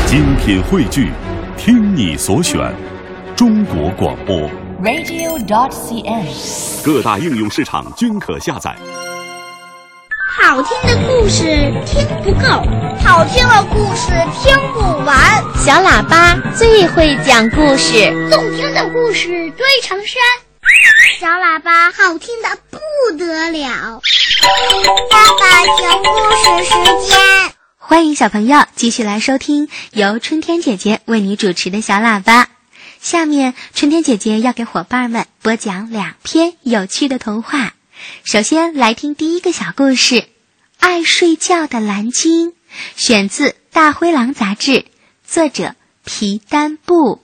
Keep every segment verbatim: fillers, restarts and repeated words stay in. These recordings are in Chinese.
精品汇聚，听你所选，中国广播 radio dot c n， 各大应用市场均可下载。 好听的故事听不够，好听的故事听不完。 小喇叭最会讲故事， 动听的故事堆成山。小喇叭好听的不得了。爸爸讲故事时间。 欢迎小朋友继续来收听由春天姐姐为你主持的小喇叭。下面春天姐姐要给伙伴们播讲两篇有趣的童话。首先来听第一个小故事，爱睡觉的蓝鲸，选自《大灰狼》杂志，作者皮丹布。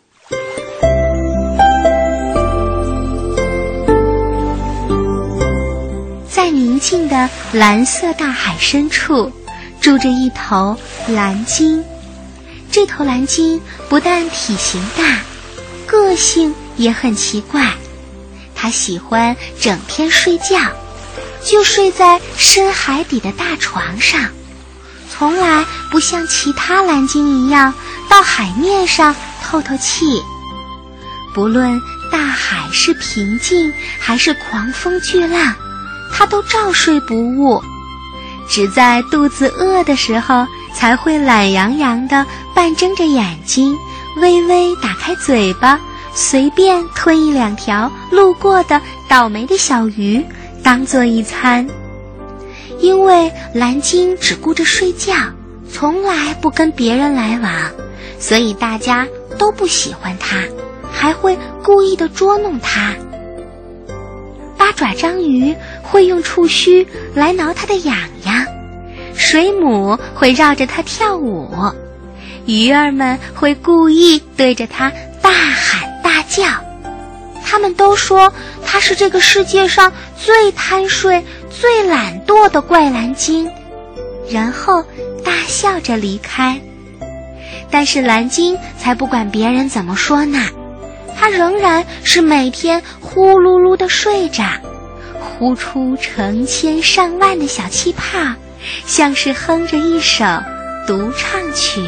在宁静的蓝色大海深处，住着一头蓝鲸。这头蓝鲸不但体型大，个性也很奇怪。它喜欢整天睡觉，就睡在深海底的大床上，从来不像其他蓝鲸一样到海面上透透气。不论大海是平静还是狂风巨浪，它都照睡不误。只在肚子饿的时候，才会懒洋洋地半睁着眼睛，微微打开嘴巴，随便吞一两条路过的倒霉的小鱼当做一餐。因为蓝鲸只顾着睡觉，从来不跟别人来往，所以大家都不喜欢它，还会故意地捉弄它。八爪章鱼会用触须来挠它的痒痒，水母会绕着它跳舞，鱼儿们会故意对着它大喊大叫。他们都说它是这个世界上最贪睡、最懒惰的怪蓝鲸，然后大笑着离开。但是蓝鲸才不管别人怎么说呢，它仍然是每天呼噜噜地睡着，呼出成千上万的小气泡，像是哼着一首独唱曲。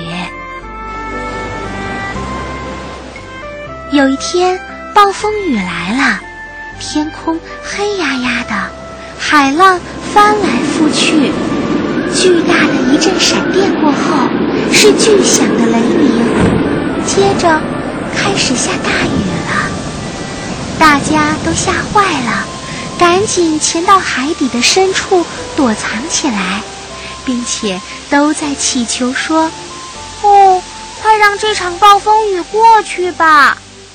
有一天，暴风雨来了，天空黑压压的，海浪翻来覆去，巨大的一阵闪电过后，是巨响的雷鸣，接着开始下大雨了。大家都吓坏了，赶紧潜到海底的深处躲藏起来，并且都在祈求说：哦，快让这场暴风雨过去吧。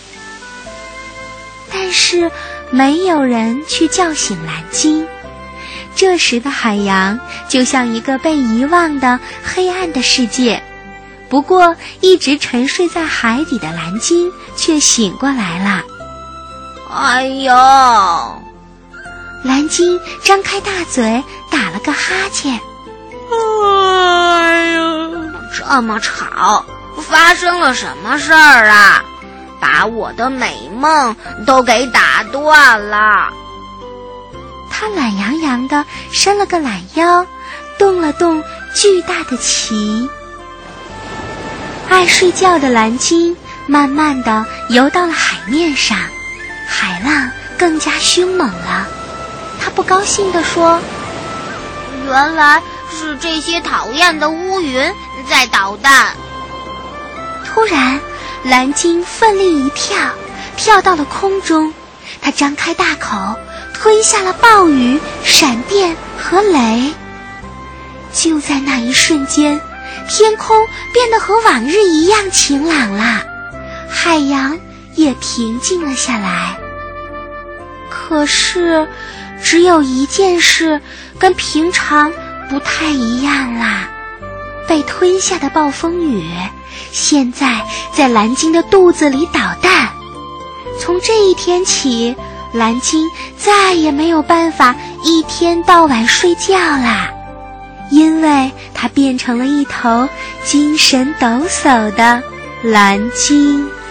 但是没有人去叫醒蓝鲸。这时的海洋就像一个被遗忘的黑暗的世界，不过一直沉睡在海底的蓝鲸却醒过来了。 哎呦！ 蓝鲸张开大嘴打了个哈欠。 哎呦，这么吵，发生了什么事儿啊？把我的美梦都给打断了。 他懒洋洋地伸了个懒腰，动了动巨大的鳍。爱睡觉的蓝鲸慢慢地游到了海面上，海浪更加凶猛了。他不高兴地说： 原来是这些讨厌的乌云在捣蛋。 突然，蓝鲸奋力一跳，跳到了空中。它张开大口，吞下了暴雨、闪电和雷。就在那一瞬间，天空变得和往日一样晴朗了，海洋也平静了下来。可是，只有一件事跟平常不太一样啦。被吞下的暴风雨现在在蓝鲸的肚子里捣蛋。从这一天起，蓝鲸再也没有办法一天到晚睡觉啦，因为它变成了一头精神抖擞的蓝鲸。